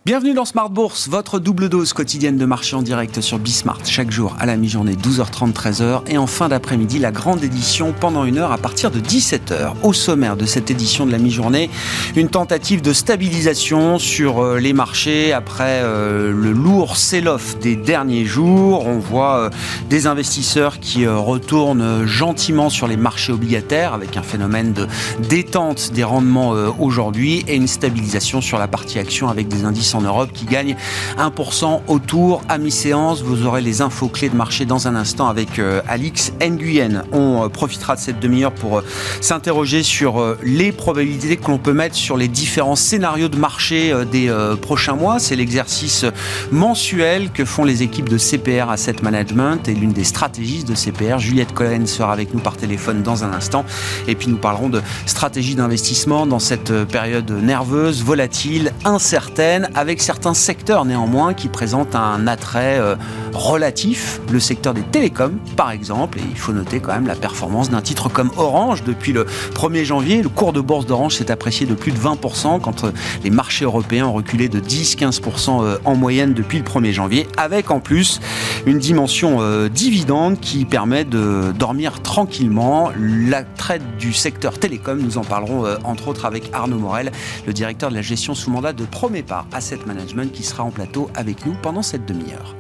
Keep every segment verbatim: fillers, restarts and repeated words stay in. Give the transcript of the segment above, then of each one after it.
Bienvenue dans Smart Bourse, votre double dose quotidienne de marché en direct sur Bismart. Chaque jour à la mi-journée, douze heures trente, treize heures. Et en fin d'après-midi, la grande édition pendant une heure à partir de dix-sept heures. Au sommaire de cette édition de la mi-journée, une tentative de stabilisation sur les marchés après euh, le lourd sell-off des derniers jours. On voit euh, des investisseurs qui euh, retournent gentiment sur les marchés obligataires avec un phénomène de détente des rendements euh, aujourd'hui et une stabilisation sur la partie action avec des indices en Europe qui gagne un pour cent autour à mi-séance. Vous aurez les infos clés de marché dans un instant avec euh, Alix Nguyen. On euh, profitera de cette demi-heure pour euh, s'interroger sur euh, les probabilités que l'on peut mettre sur les différents scénarios de marché euh, des euh, prochains mois. C'est l'exercice mensuel que font les équipes de C P R Asset Management et l'une des stratégistes de C P R, Juliette Cohen, sera avec nous par téléphone dans un instant. Et puis nous parlerons de stratégie d'investissement dans cette période nerveuse, volatile, incertaine, avec certains secteurs néanmoins qui présentent un attrait euh, relatif. Le secteur des télécoms, par exemple, et il faut noter quand même la performance d'un titre comme Orange. Depuis le premier janvier, le cours de bourse d'Orange s'est apprécié de plus de vingt pour cent quand les marchés européens ont reculé de dix à quinze pour cent en moyenne depuis le premier janvier, avec en plus une dimension euh, dividende qui permet de dormir tranquillement. La traite du secteur télécom, nous en parlerons euh, entre autres avec Arnaud Morel, le directeur de la gestion sous mandat de Promépar Asset Management, qui sera en plateau avec nous pendant cette demi-heure.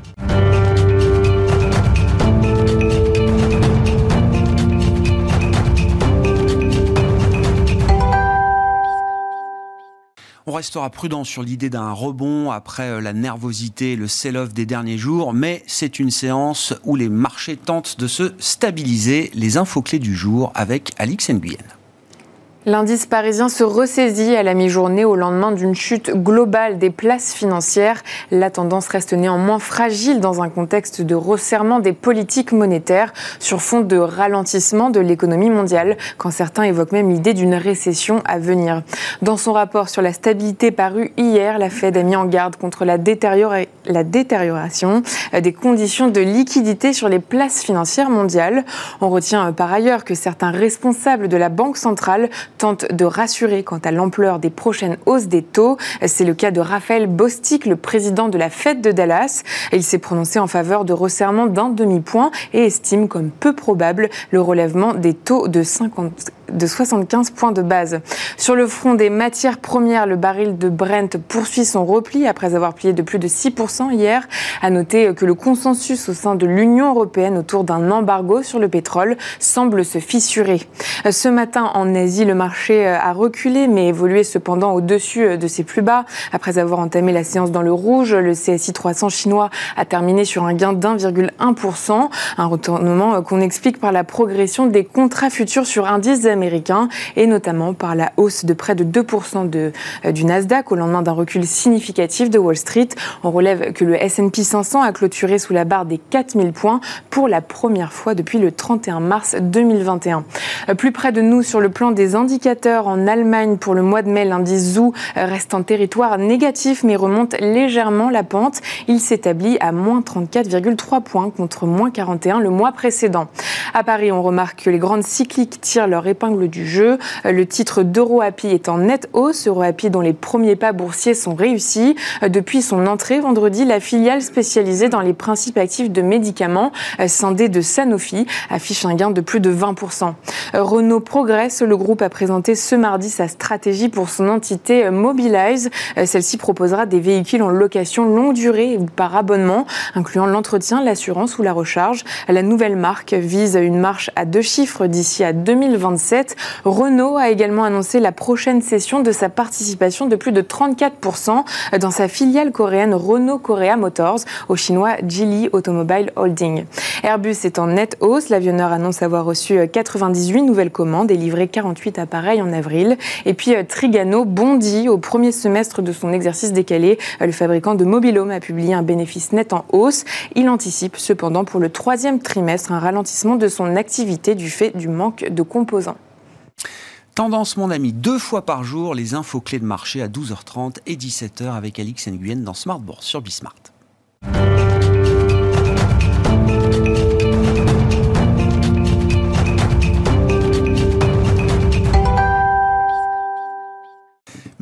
On restera prudent sur l'idée d'un rebond après la nervosité, le sell-off des derniers jours, mais c'est une séance où les marchés tentent de se stabiliser. Les infos clés du jour avec Alix Nguyen. L'indice parisien se ressaisit à la mi-journée au lendemain d'une chute globale des places financières. La tendance reste néanmoins fragile dans un contexte de resserrement des politiques monétaires sur fond de ralentissement de l'économie mondiale, quand certains évoquent même l'idée d'une récession à venir. Dans son rapport sur la stabilité paru hier, la Fed a mis en garde contre la, détériora- la détérioration des conditions de liquidité sur les places financières mondiales. On retient par ailleurs que certains responsables de la Banque centrale tente de rassurer quant à l'ampleur des prochaines hausses des taux. C'est le cas de Raphaël Bostic, le président de la Fed de Dallas. Il s'est prononcé en faveur de resserrement d'un demi-point et estime comme peu probable le relèvement des taux de cinquante de soixante-quinze points de base. Sur le front des matières premières, le baril de Brent poursuit son repli après avoir plié de plus de six pour cent hier. À noter que le consensus au sein de l'Union européenne autour d'un embargo sur le pétrole semble se fissurer. Ce matin, en Asie, le marché a reculé, mais évolué cependant au-dessus de ses plus bas. Après avoir entamé la séance dans le rouge, le C S I trois cents chinois a terminé sur un gain d'un virgule un pour cent. Un retournement qu'on explique par la progression des contrats futurs sur indices américains et notamment par la hausse de près de deux pour cent de, euh, du Nasdaq au lendemain d'un recul significatif de Wall Street. On relève que le S and P cinq cents a clôturé sous la barre des quatre mille points pour la première fois depuis le trente et un mars deux mille vingt et un. Euh, plus près de nous sur le plan des indicateurs, en Allemagne pour le mois de mai, l'indice Z O U reste en territoire négatif mais remonte légèrement la pente. Il s'établit à moins trente-quatre virgule trois points contre moins quarante et un le mois précédent. À Paris, on remarque que les grandes cycliques tirent leur épingle du jeu. Le titre d'EuroAPI est en nette hausse. EuroAPI dont les premiers pas boursiers sont réussis. Depuis son entrée vendredi, la filiale spécialisée dans les principes actifs de médicaments, scindée de Sanofi, affiche un gain de plus de vingt pour cent. Renault progresse. Le groupe a présenté ce mardi sa stratégie pour son entité Mobilize. Celle-ci proposera des véhicules en location longue durée ou par abonnement, incluant l'entretien, l'assurance ou la recharge. La nouvelle marque vise une marche à deux chiffres d'ici à deux mille vingt-sept. Renault a également annoncé la prochaine cession de sa participation de plus de trente-quatre pour cent dans sa filiale coréenne Renault Korea Motors au chinois Geely Automobile Holding. Airbus est en nette hausse. L'avionneur annonce avoir reçu quatre-vingt-dix-huit nouvelles commandes et livré quarante-huit appareils en avril. Et puis Trigano bondit au premier semestre de son exercice décalé. Le fabricant de mobil-home a publié un bénéfice net en hausse. Il anticipe cependant pour le troisième trimestre un ralentissement de son activité du fait du manque de composants. Tendance, mon ami, deux fois par jour, les infos clés de marché à douze heures trente et dix-sept heures avec Alix Nguyen dans Smart Bourse sur Bismart.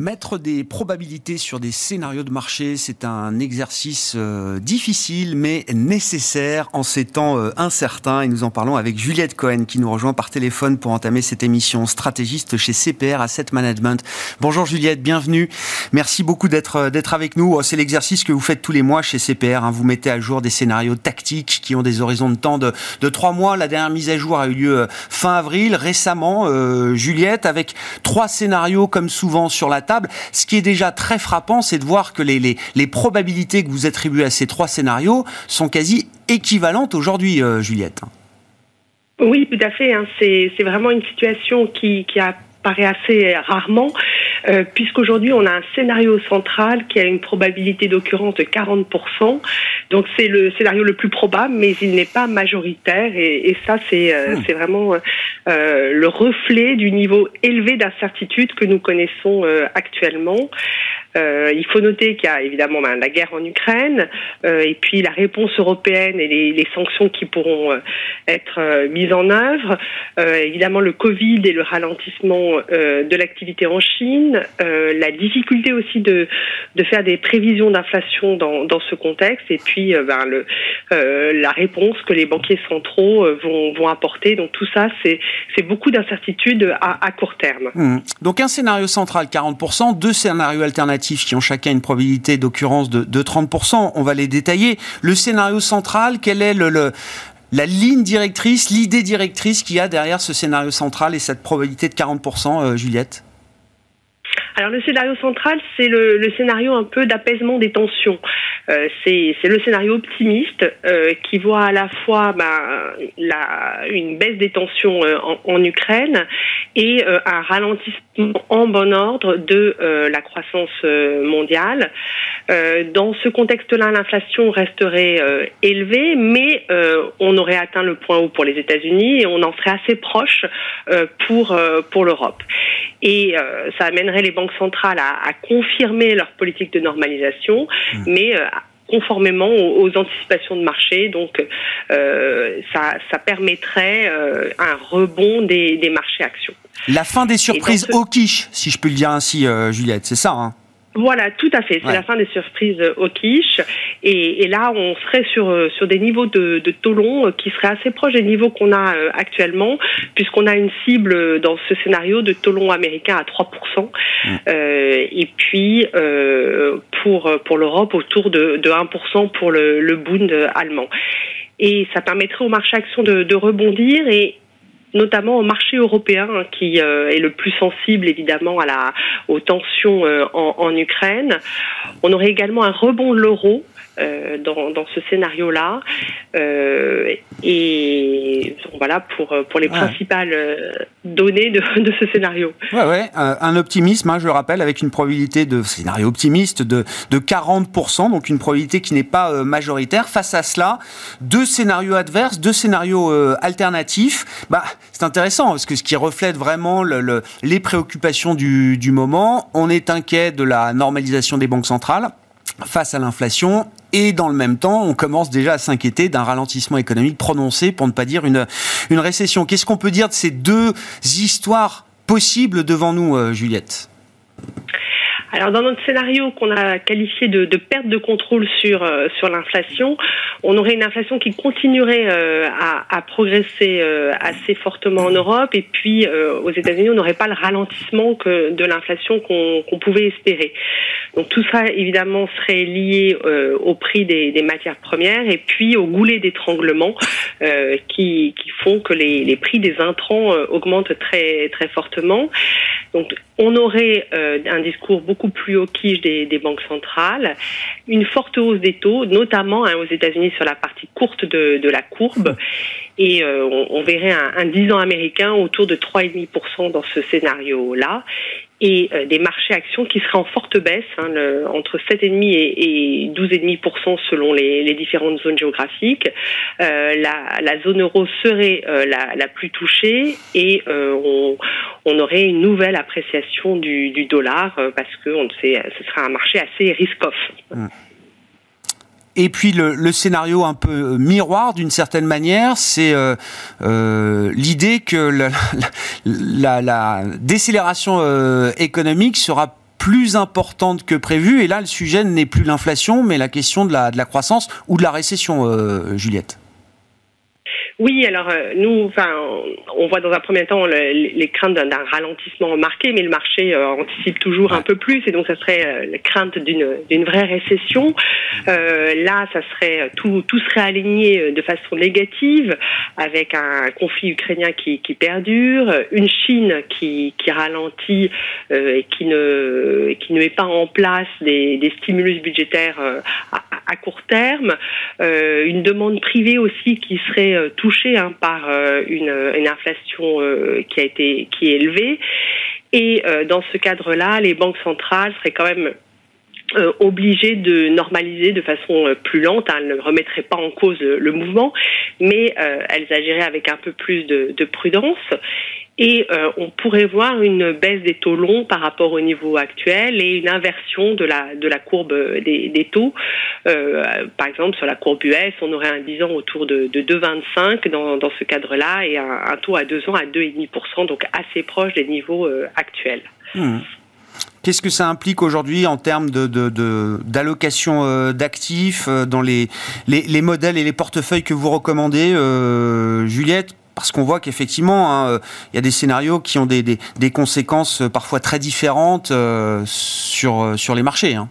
Mettre des probabilités sur des scénarios de marché, c'est un exercice euh, difficile mais nécessaire en ces temps euh, incertains. Et nous en parlons avec Juliette Cohen qui nous rejoint par téléphone pour entamer cette émission, stratégiste chez C P R Asset Management. Bonjour Juliette, bienvenue. Merci beaucoup d'être d'être avec nous. C'est l'exercice que vous faites tous les mois chez C P R. Hein. Vous mettez à jour des scénarios tactiques qui ont des horizons de temps de, de trois mois. La dernière mise à jour a eu lieu fin avril, récemment, euh, Juliette, avec trois scénarios comme souvent sur la table. Ce qui est déjà très frappant, c'est de voir que les, les, les probabilités que vous attribuez à ces trois scénarios sont quasi équivalentes aujourd'hui, euh, Juliette. Oui, tout à fait. Hein. C'est, c'est vraiment une situation qui, qui apparaît assez rarement, euh, puisqu'aujourd'hui, on a un scénario central qui a une probabilité d'occurrence de quarante pour cent. Donc, c'est le scénario le plus probable, mais il n'est pas majoritaire. Et, et ça, c'est, euh, mmh. c'est vraiment euh, le reflet du niveau élevé d'incertitude que nous connaissons euh, actuellement. Euh, il faut noter qu'il y a évidemment ben, la guerre en Ukraine euh, et puis la réponse européenne et les, les sanctions qui pourront euh, être euh, mises en œuvre. Euh, évidemment le Covid et le ralentissement euh, de l'activité en Chine. Euh, la difficulté aussi de, de faire des prévisions d'inflation dans, dans ce contexte. Et puis euh, ben, le, euh, la réponse que les banquiers centraux euh, vont, vont apporter. Donc tout ça, c'est, c'est beaucoup d'incertitudes à, à court terme. Mmh. Donc un scénario central, quarante pour cent, deux scénarios alternatifs qui ont chacun une probabilité d'occurrence de, de trente pour cent. On va les détailler. Le scénario central, quelle est le, le, la ligne directrice, l'idée directrice qu'il y a derrière ce scénario central et cette probabilité de quarante pour cent, euh, Juliette ? Alors le scénario central, c'est le, le scénario un peu d'apaisement des tensions. Euh, c'est, c'est le scénario optimiste euh, qui voit à la fois bah, la, une baisse des tensions euh, en, en Ukraine et euh, un ralentissement en bon ordre de euh, la croissance euh, mondiale. Euh, dans ce contexte-là, l'inflation resterait euh, élevée, mais euh, on aurait atteint le point haut pour les États-Unis et on en serait assez proche euh, pour euh, pour l'Europe. Et euh, ça amènerait les banques centrales à, à confirmer leur politique de normalisation, mmh. mais euh, conformément aux, aux anticipations de marché. Donc, euh, ça, ça permettrait euh, un rebond des, des marchés actions. La fin des surprises ce... au quiche, si je peux le dire ainsi, euh, Juliette, c'est ça, hein ? Voilà, tout à fait. C'est ouais. la fin des surprises au quiche. Et, et là, on serait sur sur des niveaux de, de taux long qui seraient assez proches des niveaux qu'on a actuellement, puisqu'on a une cible dans ce scénario de taux long américain à trois pour cent. Mmh. Euh, et puis, euh, pour pour l'Europe, autour de, de un pour cent pour le, le Bund allemand. Et ça permettrait au marché action de, de rebondir et notamment au marché européen hein, qui euh, est le plus sensible évidemment à la, aux tensions euh, en, en Ukraine. On aurait également un rebond de l'euro euh, dans, dans ce scénario-là. Euh, et voilà pour, pour les ouais. principales euh, données de, de ce scénario. Ouais, ouais, euh, un optimisme, hein, je le rappelle, avec une probabilité de scénario optimiste de, de quarante pour cent, donc une probabilité qui n'est pas euh, majoritaire. Face à cela, deux scénarios adverses, deux scénarios euh, alternatifs. Bah, c'est intéressant parce que ce qui reflète vraiment le, le, les préoccupations du, du moment. On est inquiet de la normalisation des banques centrales face à l'inflation et dans le même temps, on commence déjà à s'inquiéter d'un ralentissement économique prononcé, pour ne pas dire une, une récession. Qu'est-ce qu'on peut dire de ces deux histoires possibles devant nous, euh, Juliette ? Alors dans notre scénario qu'on a qualifié de, de perte de contrôle sur euh, sur l'inflation, on aurait une inflation qui continuerait euh, à, à progresser euh, assez fortement en Europe et puis euh, aux États-Unis on n'aurait pas le ralentissement que de l'inflation qu'on, qu'on pouvait espérer. Donc tout ça évidemment serait lié euh, au prix des, des matières premières et puis au goulet d'étranglement euh, qui qui font que les, les prix des intrants euh, augmentent très très fortement. Donc on aurait euh, un discours beaucoup plus au quiche des, des banques centrales, une forte hausse des taux, notamment hein, aux États-Unis sur la partie courte de, de la courbe, et euh, on, on verrait un, un dix ans américain autour de trois virgule cinq pour cent dans ce scénario-là, et euh, des marchés actions qui seraient en forte baisse, hein, le, entre sept virgule cinq et, et douze virgule cinq pour cent selon les, les différentes zones géographiques. Euh, la, la zone euro serait euh, la, la plus touchée et euh, on, on aurait une nouvelle appréciation du, du dollar euh, parce que on sait, ce serait un marché assez risk-off. Mmh. Et puis le, le scénario un peu miroir d'une certaine manière, c'est euh, euh, l'idée que la, la, la, la décélération euh, économique sera plus importante que prévu. Et là, le sujet n'est plus l'inflation, mais la question de la, de la croissance ou de la récession, euh, Juliette. Oui, alors euh, nous, enfin, on voit dans un premier temps le, les craintes d'un, d'un ralentissement marqué, mais le marché euh, anticipe toujours ouais. un peu plus, et donc ça serait euh, la crainte d'une, d'une vraie récession. Euh, là, ça serait tout, tout serait aligné de façon négative, avec un conflit ukrainien qui, qui perdure, une Chine qui, qui ralentit euh, et qui ne, qui ne met pas en place des, des stimulus budgétaires euh, à, à court terme, euh, une demande privée aussi qui serait euh, touchée hein, par euh, une, une inflation euh, qui a été qui est élevée, et euh, dans ce cadre-là, les banques centrales seraient quand même Euh, obligées de normaliser de façon euh, plus lente. Hein. Elles ne remettraient pas en cause euh, le mouvement, mais euh, elles agiraient avec un peu plus de, de prudence. Et euh, on pourrait voir une baisse des taux longs par rapport au niveau actuel et une inversion de la de la courbe des, des taux. Euh, par exemple, sur la courbe U S, on aurait un dix ans autour de, de deux virgule vingt-cinq dans, dans ce cadre-là, et un, un taux à deux ans à deux virgule cinq pour cent, donc assez proche des niveaux euh, actuels. Mmh. Qu'est-ce que ça implique aujourd'hui en termes de, de, de, d'allocation euh, d'actifs euh, dans les, les, les modèles et les portefeuilles que vous recommandez, euh, Juliette ? Parce qu'on voit qu'effectivement, hein, il y a des scénarios qui ont des, des, des conséquences parfois très différentes euh, sur, sur les marchés, hein.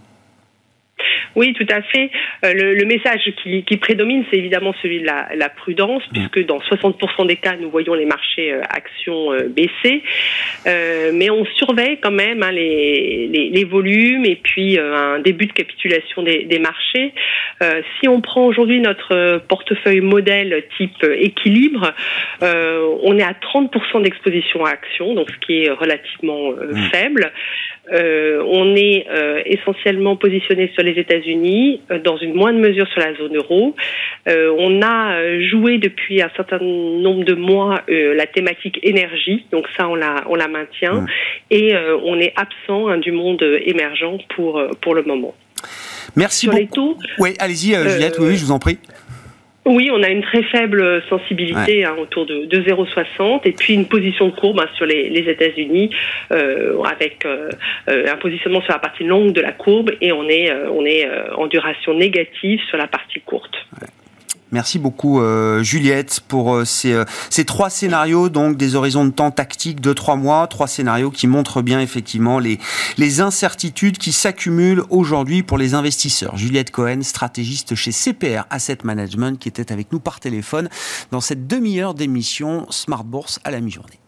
Oui, tout à fait. Euh, le, le message qui, qui prédomine, c'est évidemment celui de la, la prudence, puisque dans soixante pour cent des cas, nous voyons les marchés euh, actions euh, baisser. Euh, mais on surveille quand même hein, les, les, les volumes et puis euh, un début de capitulation des, des marchés. Euh, si on prend aujourd'hui notre portefeuille modèle type équilibre, euh, on est à trente pour cent d'exposition à actions, donc ce qui est relativement euh, mmh. faible. Euh, on est euh, essentiellement positionné sur les États-Unis, euh, dans une moindre mesure sur la zone euro. Euh, on a euh, joué depuis un certain nombre de mois euh, la thématique énergie, donc ça on la on la maintient, mmh. et euh, on est absent hein, du monde émergent pour euh, pour le moment. Merci sur beaucoup. Les taux, oui, allez-y, euh, Juliette. Euh, oui, je vous en prie. Oui, on a une très faible sensibilité, ouais. hein, autour de, de zéro virgule soixante, et puis une position de courbe hein, sur les, les États-Unis euh, avec euh, un positionnement sur la partie longue de la courbe, et on est, euh, on est euh, en duration négative sur la partie courte. Ouais. Merci beaucoup euh, Juliette pour euh, ces, euh, ces trois scénarios, donc des horizons de temps tactiques de trois mois, trois scénarios qui montrent bien effectivement les, les incertitudes qui s'accumulent aujourd'hui pour les investisseurs. Juliette Cohen, stratégiste chez C P R Asset Management, qui était avec nous par téléphone dans cette demi-heure d'émission Smart Bourse à la mi-journée.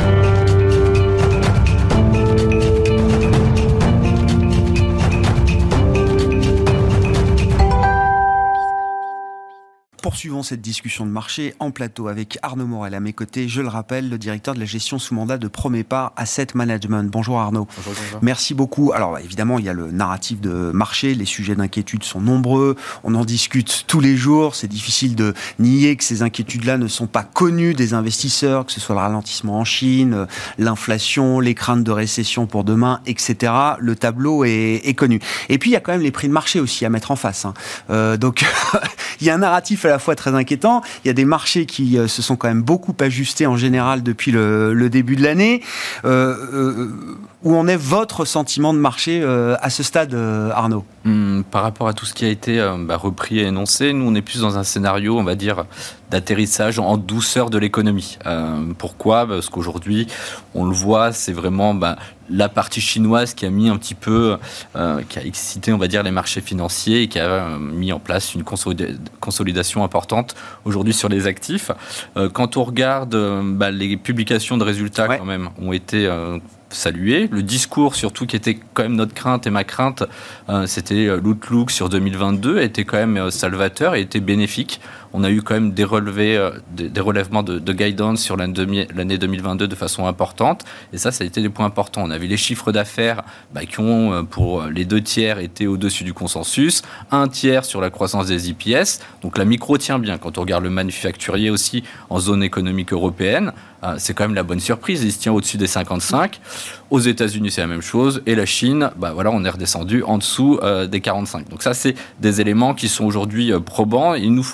Poursuivons cette discussion de marché en plateau avec Arnaud Morel à mes côtés. Je le rappelle, le directeur de la gestion sous mandat de Promépar Asset Management. Bonjour Arnaud. Bonjour, bonjour. Merci beaucoup. Alors évidemment, il y a le narratif de marché. Les sujets d'inquiétude sont nombreux. On en discute tous les jours. C'est difficile de nier que ces inquiétudes-là ne sont pas connues des investisseurs, que ce soit le ralentissement en Chine, l'inflation, les craintes de récession pour demain, et cetera. Le tableau est, est connu. Et puis, il y a quand même les prix de marché aussi à mettre en face, hein. Euh, donc, il y a un narratif à la fois très inquiétant. Il y a des marchés qui euh, se sont quand même beaucoup ajustés en général depuis le, le début de l'année. Euh, euh, où en est votre sentiment de marché euh, à ce stade, euh, Arnaud ? Hum, par rapport à tout ce qui a été euh, bah, repris et énoncé, nous on est plus dans un scénario, on va dire, d'atterrissage en douceur de l'économie. Euh, pourquoi ? Parce qu'aujourd'hui, on le voit, c'est vraiment bah, la partie chinoise qui a mis un petit peu, euh, qui a excité, on va dire, les marchés financiers et qui a euh, mis en place une consolida- consolidation importante aujourd'hui sur les actifs. Euh, quand on regarde euh, bah, les publications de résultats, ouais. quand même, ont été euh, salué. Le discours, surtout, qui était quand même notre crainte et ma crainte, euh, c'était euh, l'outlook sur deux mille vingt-deux, était quand même euh, salvateur et était bénéfique. On a eu quand même des, relevés, euh, des, des relèvements de, de guidance sur l'année, demi, l'année deux mille vingt-deux de façon importante. Et ça, ça a été des points importants. On a vu les chiffres d'affaires bah, qui ont, euh, pour les deux tiers, été au-dessus du consensus. Un tiers sur la croissance des E P S. Donc la micro tient bien. Quand on regarde le manufacturier aussi en zone économique européenne, euh, c'est quand même la bonne surprise. Il se tient au-dessus des cinquante-cinq. Aux États-Unis, c'est la même chose. Et la Chine, bah, voilà, on est redescendu en dessous euh, des quarante-cinq. Donc ça, c'est des éléments qui sont aujourd'hui euh, probants. Ils nous font dire qu'aujourd'hui,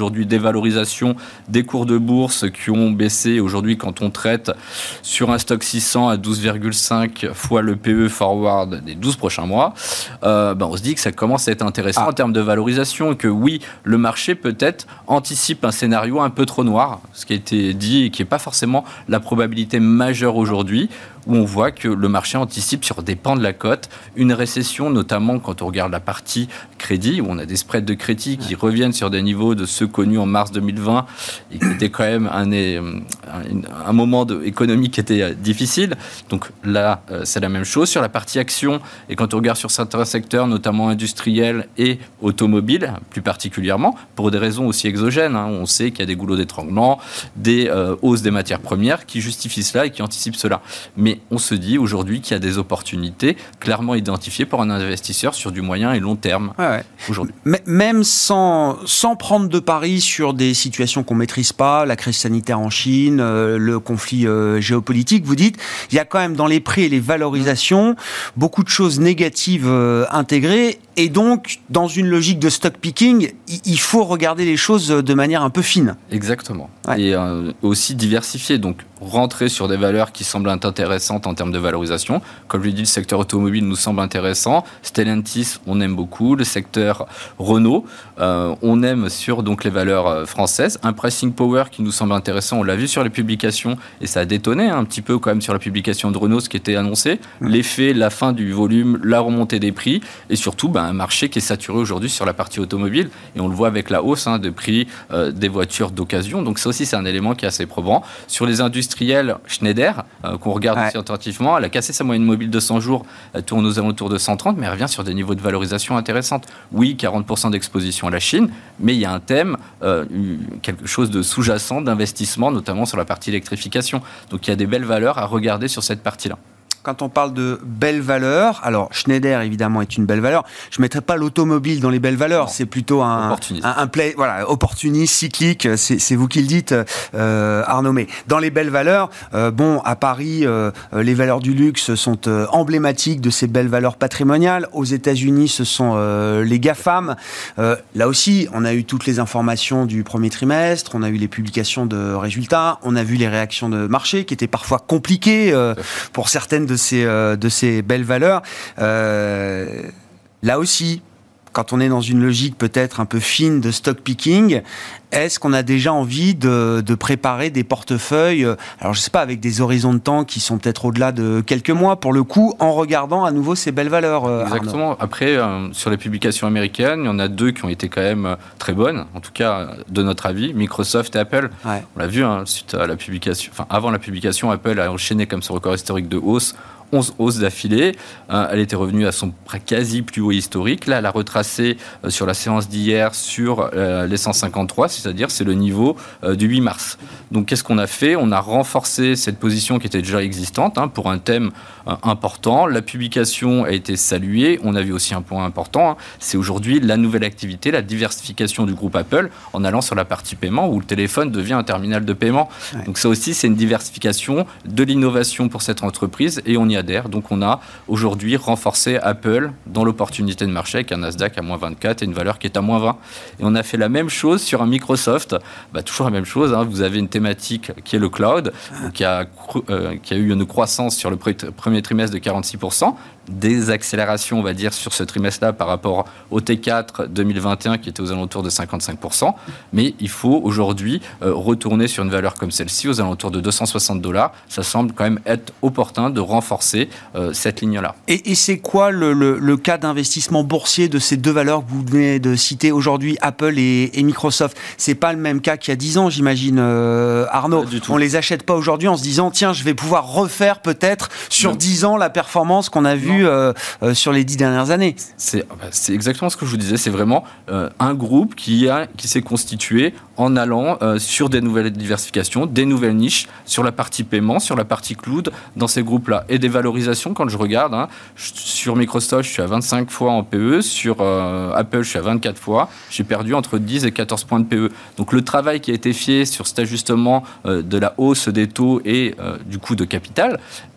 aujourd'hui des valorisations, des cours de bourse qui ont baissé. Aujourd'hui, quand on traite sur un stock six cents à douze virgule cinq fois le P E forward des douze prochains mois, euh, ben on se dit que ça commence à être intéressant ah. en termes de valorisation et que oui, le marché peut-être anticipe un scénario un peu trop noir, ce qui a été dit et qui n'est pas forcément la probabilité majeure aujourd'hui, où on voit que le marché anticipe sur des pans de la cote une récession, notamment quand on regarde la partie crédit, où on a des spreads de crédit qui ouais. reviennent sur des niveaux de ceux connus en mars deux mille vingt, et qui était quand même un, un, un moment de, économique qui était difficile. Donc là, c'est la même chose. Sur la partie action, et quand on regarde sur certains secteurs, notamment industriels et automobiles, plus particulièrement, pour des raisons aussi exogènes, hein, on sait qu'il y a des goulots d'étranglement, des euh, hausses des matières premières qui justifient cela et qui anticipent cela. Mais on se dit aujourd'hui qu'il y a des opportunités clairement identifiées pour un investisseur sur du moyen et long terme ouais, ouais. aujourd'hui. Mais même sans, sans prendre de paris sur des situations qu'on ne maîtrise pas, la crise sanitaire en Chine, euh, le conflit euh, géopolitique, vous dites, il y a quand même dans les prix et les valorisations beaucoup de choses négatives euh, intégrées. Et donc, dans une logique de stock picking, il faut regarder les choses de manière un peu fine. Exactement. Ouais. Et euh, aussi diversifier. Donc, rentrer sur des valeurs qui semblent intéressantes en termes de valorisation. Comme je l'ai dit, le secteur automobile nous semble intéressant. Stellantis, on aime beaucoup. Le secteur Renault, euh, on aime sur donc, les valeurs françaises. Un pricing power qui nous semble intéressant. On l'a vu sur les publications et ça a détonné hein, un petit peu quand même sur la publication de Renault, ce qui était annoncé. Mmh. L'effet, la fin du volume, la remontée des prix et surtout ben, un marché qui est saturé aujourd'hui sur la partie automobile. Et on le voit avec la hausse hein, de prix euh, des voitures d'occasion. Donc ça aussi, c'est un élément qui est assez probant. Sur les industries Schneider, euh, qu'on regarde ouais. aussi attentivement, elle a cassé sa moyenne mobile de cent jours, elle tourne aux alentours de cent trente, mais elle revient sur des niveaux de valorisation intéressantes. Oui, quarante pour cent d'exposition à la Chine, mais il y a un thème, euh, quelque chose de sous-jacent d'investissement, notamment sur la partie électrification. Donc il y a des belles valeurs à regarder sur cette partie-là. Quand on parle de belles valeurs, alors Schneider évidemment est une belle valeur. Je ne mettrais pas l'automobile dans les belles valeurs. Non. C'est plutôt un, opportuniste. un, un play, voilà, opportuniste, cyclique. C'est, c'est vous qui le dites, euh, Arnaud. Mais dans les belles valeurs, euh, bon, à Paris, euh, les valeurs du luxe sont euh, emblématiques de ces belles valeurs patrimoniales. Aux États-Unis, ce sont euh, les GAFAM. Euh, là aussi, on a eu toutes les informations du premier trimestre. On a eu les publications de résultats. On a vu les réactions de marché qui étaient parfois compliquées euh, pour certaines de ces, euh, de ces belles valeurs. Euh, là aussi, quand on est dans une logique peut-être un peu fine de stock picking, est-ce qu'on a déjà envie de, de préparer des portefeuilles, alors je ne sais pas, avec des horizons de temps qui sont peut-être au-delà de quelques mois, pour le coup, en regardant à nouveau ces belles valeurs, euh, Exactement. Arnaud. Après, euh, sur les publications américaines, il y en a deux qui ont été quand même très bonnes, en tout cas de notre avis, Microsoft et Apple. Ouais. On l'a vu, hein, suite à la publication, enfin avant la publication, Apple a enchaîné comme son record historique de hausse, onze hausses d'affilée. Euh, elle était revenue à son quasi plus haut historique. Là, elle a retracé euh, sur la séance d'hier sur euh, les cent cinquante-trois, c'est-à-dire c'est le niveau euh, du huit mars. Donc, qu'est-ce qu'on a fait ? On a renforcé cette position qui était déjà existante hein, pour un thème euh, important. La publication a été saluée. On a vu aussi un point important, hein, c'est aujourd'hui la nouvelle activité, la diversification du groupe Apple en allant sur la partie paiement où le téléphone devient un terminal de paiement. Ouais. Donc, ça aussi, c'est une diversification de l'innovation pour cette entreprise et on y a Donc on a aujourd'hui renforcé Apple dans l'opportunité de marché avec un Nasdaq à moins vingt-quatre et une valeur qui est à moins vingt. Et on a fait la même chose sur un Microsoft. Bah, toujours la même chose, hein. Vous avez une thématique qui est le cloud, qui a, euh, qui a eu une croissance sur le premier trimestre de quarante-six pour cent. Des accélérations, on va dire, sur ce trimestre-là par rapport au T quatre deux mille vingt et un qui était aux alentours de cinquante-cinq pour cent. Mais il faut aujourd'hui euh, retourner sur une valeur comme celle-ci aux alentours de deux cent soixante dollars. Ça semble quand même être opportun de renforcer euh, cette ligne-là. Et, et c'est quoi le, le, le cas d'investissement boursier de ces deux valeurs que vous venez de citer aujourd'hui, Apple et, et Microsoft? C'est pas le même cas qu'il y a dix ans, j'imagine, euh, Arnaud. On les achète pas aujourd'hui en se disant tiens, je vais pouvoir refaire peut-être sur non. dix ans la performance qu'on a vue euh, euh, sur les dix dernières années. C'est, c'est exactement ce que je vous disais. C'est vraiment euh, un groupe qui, a, qui s'est constitué en allant euh, sur des nouvelles diversifications, des nouvelles niches, sur la partie paiement, sur la partie cloud, dans ces groupes-là. Et des valorisations, quand je regarde, hein, je, sur Microsoft, je suis à vingt-cinq fois en P E, sur euh, Apple, je suis à vingt-quatre fois. J'ai perdu entre dix et quatorze points de P E. Donc le travail qui a été fait sur cet ajustement euh, de la hausse des taux et euh, du coût de capital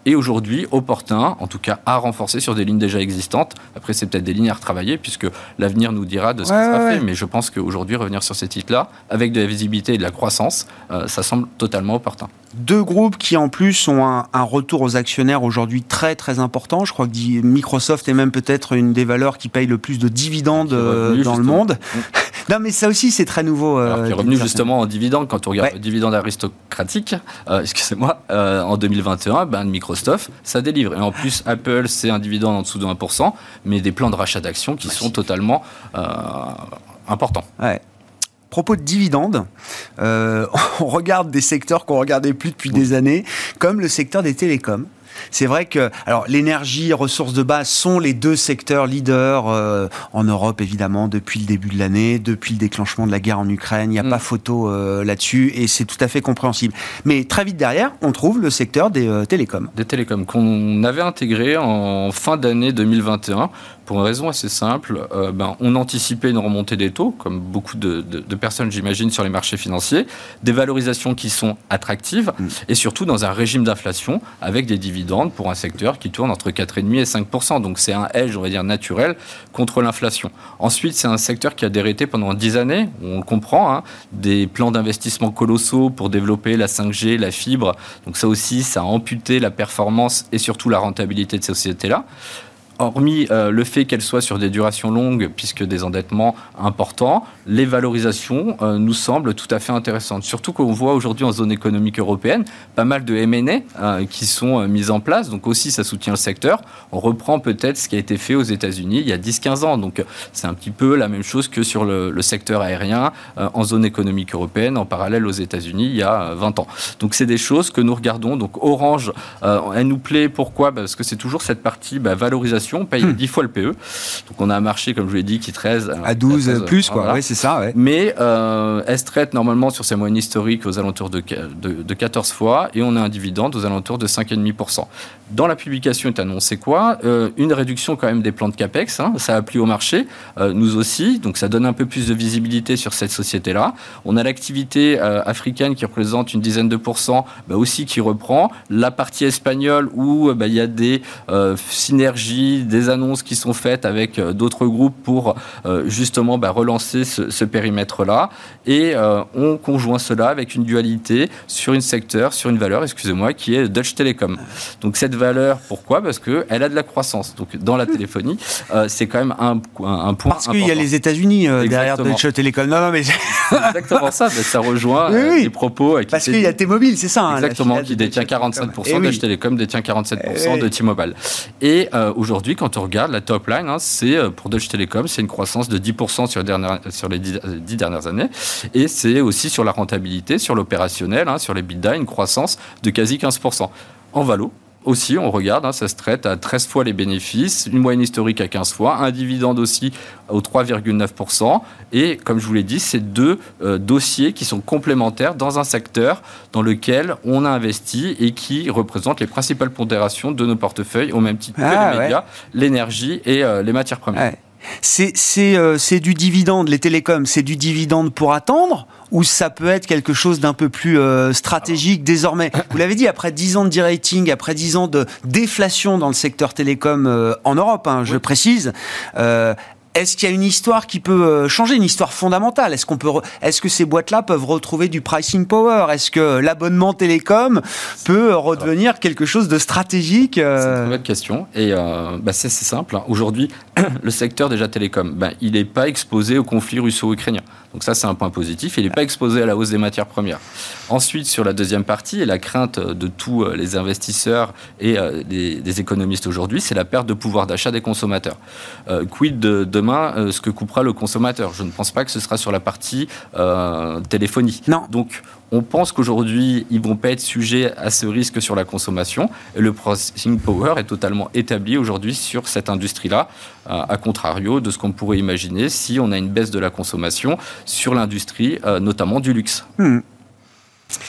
et aujourd'hui opportun, en tout cas à renforcer sur des lignes déjà existantes. Après, c'est peut-être des lignes à retravailler, puisque l'avenir nous dira de ce ouais, qui sera ouais, fait. ouais. Mais je pense qu'aujourd'hui, revenir sur ces titres-là, avec de la visibilité et de la croissance, euh, ça semble totalement opportun. Deux groupes qui en plus ont un, un retour aux actionnaires aujourd'hui très très important. Je crois que Microsoft est même peut-être une des valeurs qui paye le plus de dividendes euh, dans justement. le monde. Non mais ça aussi c'est très nouveau. Alors, euh, qui est revenu justement en dividende, quand on regarde ouais. le dividende aristocratique, euh, excusez-moi, euh, en deux mille vingt et un, ben, Microsoft, ça délivre. Et en plus, Apple, c'est un dividende en dessous de un pour cent, mais des plans de rachat d'actions qui ouais. sont totalement euh, importants. Ouais. Propos de dividendes, euh, on regarde des secteurs qu'on ne regardait plus depuis oui. des années, comme le secteur des télécoms. C'est vrai que alors, l'énergie et ressources de base sont les deux secteurs leaders euh, en Europe, évidemment, depuis le début de l'année, depuis le déclenchement de la guerre en Ukraine. Il n'y a mmh. pas photo euh, là-dessus et c'est tout à fait compréhensible. Mais très vite derrière, on trouve le secteur des euh, télécoms. Des télécoms qu'on avait intégré en fin d'année deux mille vingt et un pour une raison assez simple. Euh, ben, on anticipait une remontée des taux, comme beaucoup de, de, de personnes, j'imagine, sur les marchés financiers, des valorisations qui sont attractives mmh. et surtout dans un régime d'inflation avec des dividendes pour un secteur qui tourne entre quatre virgule cinq et cinq pour cent. Donc c'est un hedge, on va dire, naturel contre l'inflation. Ensuite, c'est un secteur qui a dérété pendant dix années, on le comprend, hein, des plans d'investissement colossaux pour développer la cinq G, la fibre. Donc ça aussi, ça a amputé la performance et surtout la rentabilité de ces sociétés-là. Hormis euh, le fait qu'elles soient sur des durations longues, puisque des endettements importants, les valorisations euh, nous semblent tout à fait intéressantes. Surtout qu'on voit aujourd'hui en zone économique européenne pas mal de M and A euh, qui sont euh, mises en place. Donc aussi, ça soutient le secteur. On reprend peut-être ce qui a été fait aux États-Unis il y a dix à quinze ans. Donc c'est un petit peu la même chose que sur le, le secteur aérien euh, en zone économique européenne, en parallèle aux États-Unis il y a euh, vingt ans. Donc c'est des choses que nous regardons. Donc Orange, euh, elle nous plaît. Pourquoi ? Parce que c'est toujours cette partie bah, valorisation. On paye dix fois le P E. Donc on a un marché, comme je vous l'ai dit, qui treize à douze à treize, plus, quoi. Voilà. Oui, c'est ça. Ouais. Mais euh, elle se traite normalement sur ses moyennes historiques aux alentours de, de, de quatorze fois et on a un dividende aux alentours de cinq virgule cinq pour cent. Dans la publication est annoncé quoi ? euh, Une réduction quand même des plans de capex. Hein, ça a plu au marché, euh, nous aussi. Donc ça donne un peu plus de visibilité sur cette société-là. On a l'activité euh, africaine qui représente une dizaine de pourcents, bah, aussi qui reprend. La partie espagnole où bah, il y a des euh, synergies, des annonces qui sont faites avec euh, d'autres groupes pour euh, justement bah, relancer ce, ce périmètre-là. Et euh, on conjoint cela avec une dualité sur une secteur, sur une valeur, excusez-moi, qui est Deutsche Telekom. Donc cette valeur, pourquoi ? Parce qu'elle a de la croissance. Donc dans la téléphonie, euh, c'est quand même un, un, un point Parce qu'il important. y a les États-Unis euh, derrière Deutsche Telekom. Non, non, mais... c'est exactement ça. Mais ça rejoint oui, oui. Euh, les propos. Qui Parce qu'il y a T-Mobile, c'est ça. Hein, exactement, qui détient quarante-cinq pour cent, Deutsche oui. Telekom détient quarante-sept pour cent eh de T-Mobile. Et euh, aujourd'hui, quand on regarde la top line, hein, c'est pour Deutsche Telekom, c'est une croissance de dix pour cent sur les, dernières, sur les dix, dix dernières années. Et c'est aussi sur la rentabilité, sur l'opérationnel, hein, sur les EBITDA, une croissance de quasi quinze pour cent. En valo, aussi, on regarde, hein, ça se traite à treize fois les bénéfices, une moyenne historique à quinze fois, un dividende aussi au trois virgule neuf pour cent. Et comme je vous l'ai dit, c'est deux euh, dossiers qui sont complémentaires dans un secteur dans lequel on a investi et qui représentent les principales pondérations de nos portefeuilles, au même titre ah, que les médias, ouais. l'énergie et euh, les matières premières. Ouais. C'est, c'est, euh, c'est du dividende, les télécoms, c'est du dividende pour attendre ou ça peut être quelque chose d'un peu plus euh, stratégique Alors. désormais ? Vous l'avez dit, après dix ans de de-rating, après dix ans de déflation dans le secteur télécom euh, en Europe, hein, je oui. précise, euh, est-ce qu'il y a une histoire qui peut changer, une histoire fondamentale ? Est-ce qu'on peut, re... est-ce que ces boîtes-là peuvent retrouver du pricing power ? Est-ce que l'abonnement télécom peut redevenir Alors, quelque chose de stratégique ? euh... C'est une bonne question. Et euh, bah c'est, c'est simple. Hein. Aujourd'hui, le secteur déjà télécom, bah, il n'est pas exposé au conflit russo-ukrainien. Donc ça, c'est un point positif. Il n'est pas exposé à la hausse des matières premières. Ensuite, sur la deuxième partie, et la crainte de tous les investisseurs et euh, des, des économistes aujourd'hui, c'est la perte de pouvoir d'achat des consommateurs. Euh, quid de demain, euh, ce que coupera le consommateur ? Je ne pense pas que ce sera sur la partie euh, téléphonie. Non. Donc, on pense qu'aujourd'hui, ils ne vont pas être sujets à ce risque sur la consommation. Et le pricing power est totalement établi aujourd'hui sur cette industrie-là, euh, à contrario de ce qu'on pourrait imaginer si on a une baisse de la consommation sur l'industrie, euh, notamment du luxe. Hmm.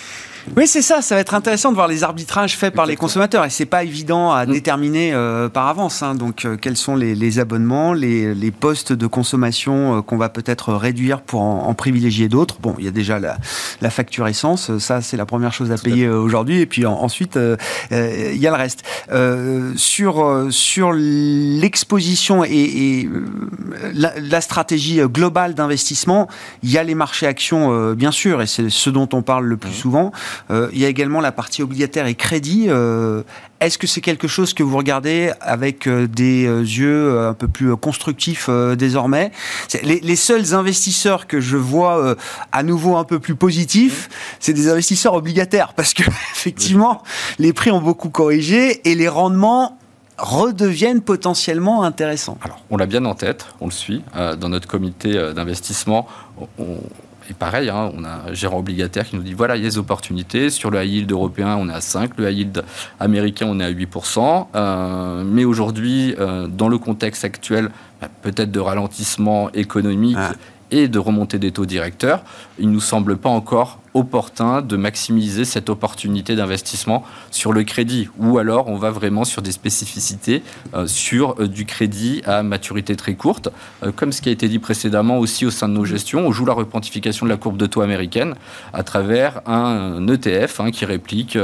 Oui, c'est ça. Ça va être intéressant de voir les arbitrages faits par les consommateurs. Et c'est pas évident à mmh. déterminer euh, par avance. Hein. Donc, euh, quels sont les, les abonnements, les, les postes de consommation euh, qu'on va peut-être réduire pour en, en privilégier d'autres. Bon, il y a déjà la, la facture essence. Ça, c'est la première chose à Tout payer à aujourd'hui. Et puis en, ensuite, euh, euh, il y a le reste. Euh, sur, euh, sur l'exposition et, et euh, la, la stratégie globale d'investissement, il y a les marchés actions, euh, bien sûr, et c'est ce dont on parle le plus mmh. souvent. Euh, il y a également la partie obligataire et crédit. Euh, est-ce que c'est quelque chose que vous regardez avec euh, des euh, yeux euh, un peu plus euh, constructifs euh, désormais ? les, les seuls investisseurs que je vois euh, à nouveau un peu plus positifs, c'est des investisseurs obligataires, parce que effectivement, les prix ont beaucoup corrigé et les rendements redeviennent potentiellement intéressants. Alors, on l'a bien en tête, on le suit. Euh, dans notre comité euh, d'investissement, on... Et pareil, hein, on a un gérant obligataire qui nous dit voilà, il y a des opportunités. Sur le high yield européen, on est à cinq. Le high yield américain, on est à huit pour cent. Euh, mais aujourd'hui, euh, dans le contexte actuel, bah, peut-être de ralentissement économique ah. et de remontée des taux directeurs, il ne nous semble pas encore opportun de maximiser cette opportunité d'investissement sur le crédit, ou alors on va vraiment sur des spécificités euh, sur euh, du crédit à maturité très courte, euh, comme ce qui a été dit précédemment aussi au sein de nos gestions. On joue la repentification de la courbe de taux américaine à travers un E T F hein, qui réplique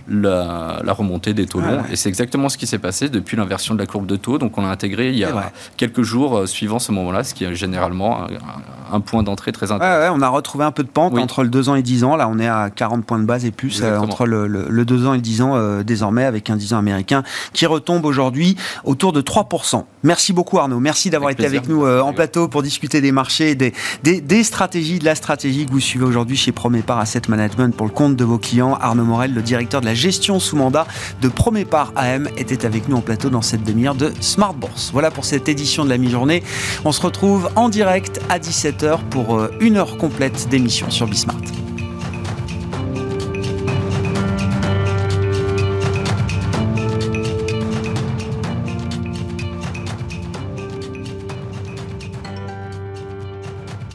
la, la remontée des taux longs, ouais. et c'est exactement ce qui s'est passé depuis l'inversion de la courbe de taux. Donc on l'a intégré il y a ouais. quelques jours euh, suivant ce moment-là, ce qui est généralement un, un point d'entrée très intéressant. Ouais, ouais, on a retrouvé un peu de pente oui. entre le deux ans et dix ans. Là, on est à quarante points de base et plus euh, entre le, le, le deux ans et le dix ans euh, désormais, avec un dix ans américain qui retombe aujourd'hui autour de trois pour cent. Merci beaucoup Arnaud. Merci d'avoir avec été plaisir. avec nous euh, en plateau pour discuter des marchés, des, des, des stratégies, de la stratégie que vous suivez aujourd'hui chez Promépar Asset Management pour le compte de vos clients. Arnaud Morel, le directeur de la gestion sous mandat de Promépar A M, était avec nous en plateau dans cette demi-heure de Smart Bourse. Voilà pour cette édition de la mi-journée. On se retrouve en direct à dix-sept heures pour une heure complète d'émission sur Bismart.